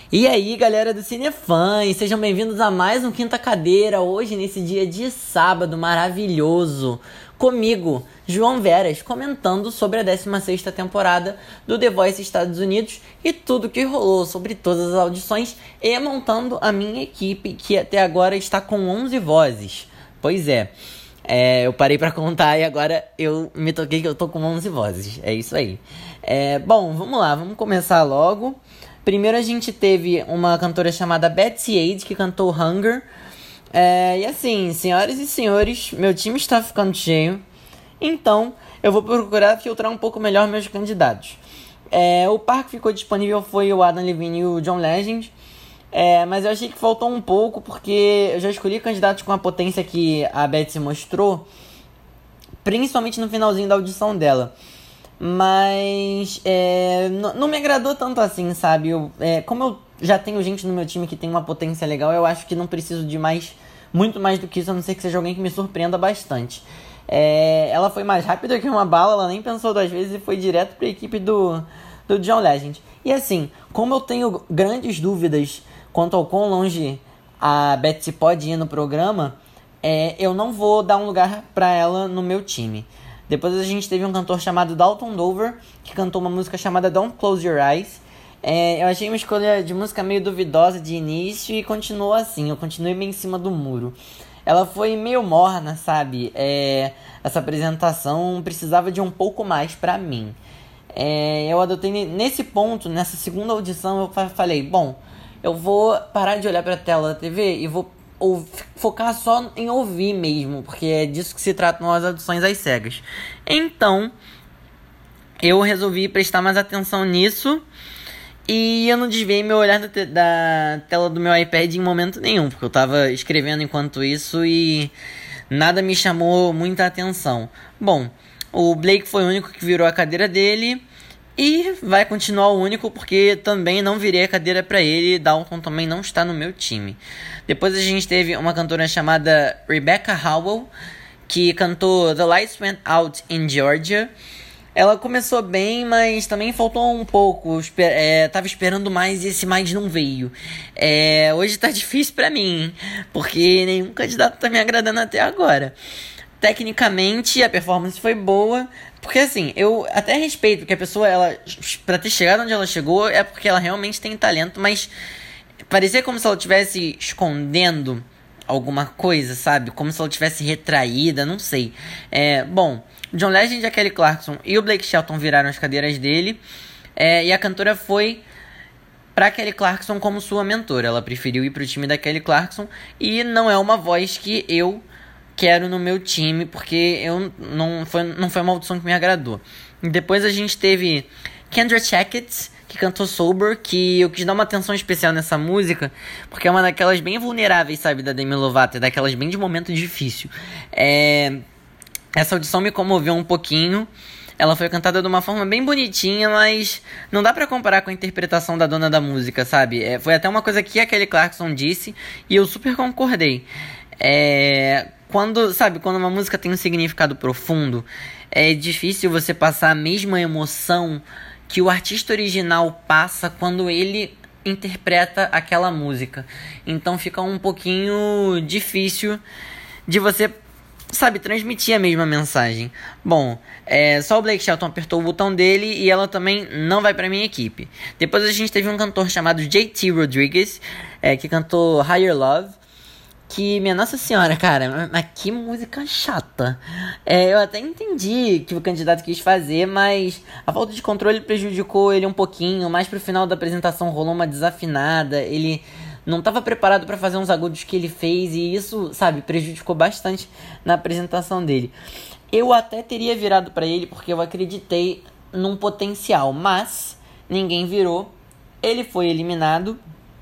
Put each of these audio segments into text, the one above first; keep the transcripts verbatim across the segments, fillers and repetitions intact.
E aí, galera do Cinefãs, sejam bem-vindos a mais um Quinta Cadeira, hoje nesse dia de sábado maravilhoso, comigo, João Veras, comentando sobre a décima sexta temporada do The Voice Estados Unidos e tudo que rolou sobre todas as audições e montando a minha equipe, que até agora está com onze vozes. Pois é, é eu parei pra contar e agora eu me toquei que eu tô com onze vozes, é isso aí. É, bom, vamos lá, vamos começar logo. Primeiro a gente teve uma cantora chamada Betsy Ade, que cantou Hunger. É, e assim, senhoras e senhores, meu time está ficando cheio. Então, eu vou procurar filtrar um pouco melhor meus candidatos. É, o par que ficou disponível foi o Adam Levine e o John Legend. É, mas eu achei que faltou um pouco, porque eu já escolhi candidatos com a potência que a Betsy mostrou, principalmente no finalzinho da audição dela. Mas é, n- não me agradou tanto assim, sabe? Eu, é, como eu já tenho gente no meu time que tem uma potência legal, eu acho que não preciso de mais, muito mais do que isso, a não ser que seja alguém que me surpreenda bastante. É, ela foi mais rápida que uma bala, ela nem pensou duas vezes e foi direto para a equipe do, do John Legend. E assim, como eu tenho grandes dúvidas quanto ao quão longe a Betsy pode ir no programa, é, eu não vou dar um lugar para ela no meu time. Depois a gente teve um cantor chamado Dalton Dover, que cantou uma música chamada Don't Close Your Eyes. É, eu achei uma escolha de música meio duvidosa de início e continuou assim, eu continuei meio em cima do muro. Ela foi meio morna, sabe? É, essa apresentação precisava de um pouco mais pra mim. É, eu adotei nesse ponto, nessa segunda audição, eu fa- falei, bom, eu vou parar de olhar pra tela da T V e vou ou focar só em ouvir mesmo, porque é disso que se tratam as audições às cegas. Então, eu resolvi prestar mais atenção nisso e eu não desviei meu olhar da, te- da tela do meu iPad em momento nenhum, porque eu tava escrevendo enquanto isso e nada me chamou muita atenção. Bom, o Blake foi o único que virou a cadeira dele e vai continuar o único porque também não virei a cadeira pra ele. Dalton também não está no meu time. Depois a gente teve uma cantora chamada Rebecca Howell, que cantou The Lights Went Out in Georgia. Ela começou bem, mas também faltou um pouco. Espe- é, tava esperando mais e esse mais não veio. É, hoje tá difícil pra mim, hein? Porque nenhum candidato tá me agradando até agora. Tecnicamente, a performance foi boa, porque assim, eu até respeito que a pessoa, ela, pra ter chegado onde ela chegou, é porque ela realmente tem talento, mas parecia como se ela estivesse escondendo alguma coisa, sabe? Como se ela estivesse retraída, não sei. É, bom, John Legend, a Kelly Clarkson e o Blake Shelton viraram as cadeiras dele, é, e a cantora foi pra Kelly Clarkson como sua mentora. Ela preferiu ir pro time da Kelly Clarkson e não é uma voz que eu quero no meu time, porque eu não foi, não foi uma audição que me agradou. E depois a gente teve Kendra Checkett, que cantou Sober, que eu quis dar uma atenção especial nessa música, porque é uma daquelas bem vulneráveis, sabe, da Demi Lovato, é daquelas bem de momento difícil. É... Essa audição me comoveu um pouquinho. Ela foi cantada de uma forma bem bonitinha, mas não dá pra comparar com a interpretação da dona da música, sabe? É, foi até uma coisa que a Kelly Clarkson disse e eu super concordei. É, quando, sabe, quando uma música tem um significado profundo, é difícil você passar a mesma emoção que o artista original passa quando ele interpreta aquela música. Então fica um pouquinho difícil de você, sabe, transmitir a mesma mensagem. Bom, é, só o Blake Shelton apertou o botão dele e ela também não vai pra minha equipe. Depois a gente teve um cantor chamado J T Rodriguez, é, que cantou Higher Love. Que, minha nossa senhora, cara, mas que música chata. É, eu até entendi que o candidato quis fazer, mas a falta de controle prejudicou ele um pouquinho. Mais pro final da apresentação rolou uma desafinada. Ele não estava preparado para fazer uns agudos que ele fez e isso, sabe, prejudicou bastante na apresentação dele. Eu até teria virado para ele porque eu acreditei num potencial, mas ninguém virou. Ele foi eliminado,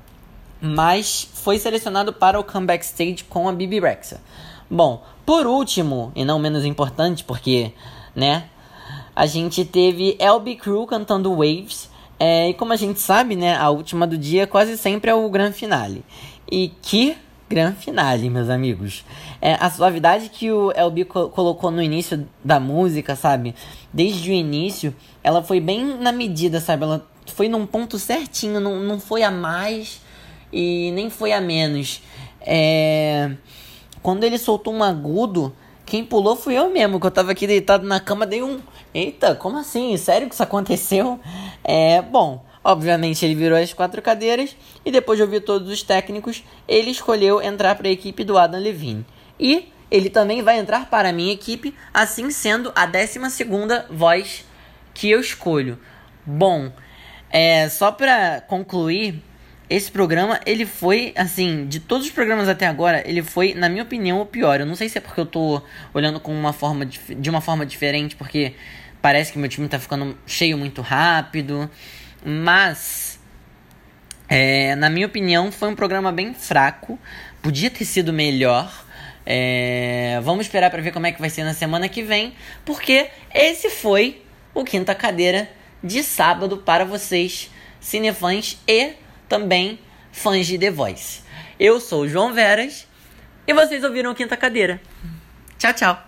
mas foi selecionado para o comeback stage com a Bebe Rexha. Bom, por último, e não menos importante, porque, né, a gente teve L B Crew cantando Waves, é, e como a gente sabe, né, a última do dia quase sempre é o grande finale. E que grande finale, meus amigos. É, a suavidade que o L B co- colocou no início da música, sabe, desde o início, ela foi bem na medida, sabe, ela foi num ponto certinho, não, não foi a mais e nem foi a menos. É... Quando ele soltou um agudo, quem pulou fui eu mesmo, que eu tava aqui deitado na cama, dei um... Eita, como assim? Sério que isso aconteceu? É, bom, obviamente ele virou as quatro cadeiras e depois de ouvir todos os técnicos, ele escolheu entrar para a equipe do Adam Levine. E ele também vai entrar para a minha equipe, assim sendo a décima segunda voz que eu escolho. Bom, é, só para concluir, esse programa, ele foi, assim, de todos os programas até agora, ele foi, na minha opinião, o pior. Eu não sei se é porque eu tô olhando com uma forma dif- de uma forma diferente, porque parece que meu time tá ficando cheio muito rápido, mas, é, na minha opinião, foi um programa bem fraco, podia ter sido melhor. É, vamos esperar para ver como é que vai ser na semana que vem, porque esse foi o Quinta Cadeira de sábado para vocês, cinefãs e também fãs de The Voice. Eu sou o João Veras e vocês ouviram o Quinta Cadeira. Tchau, tchau.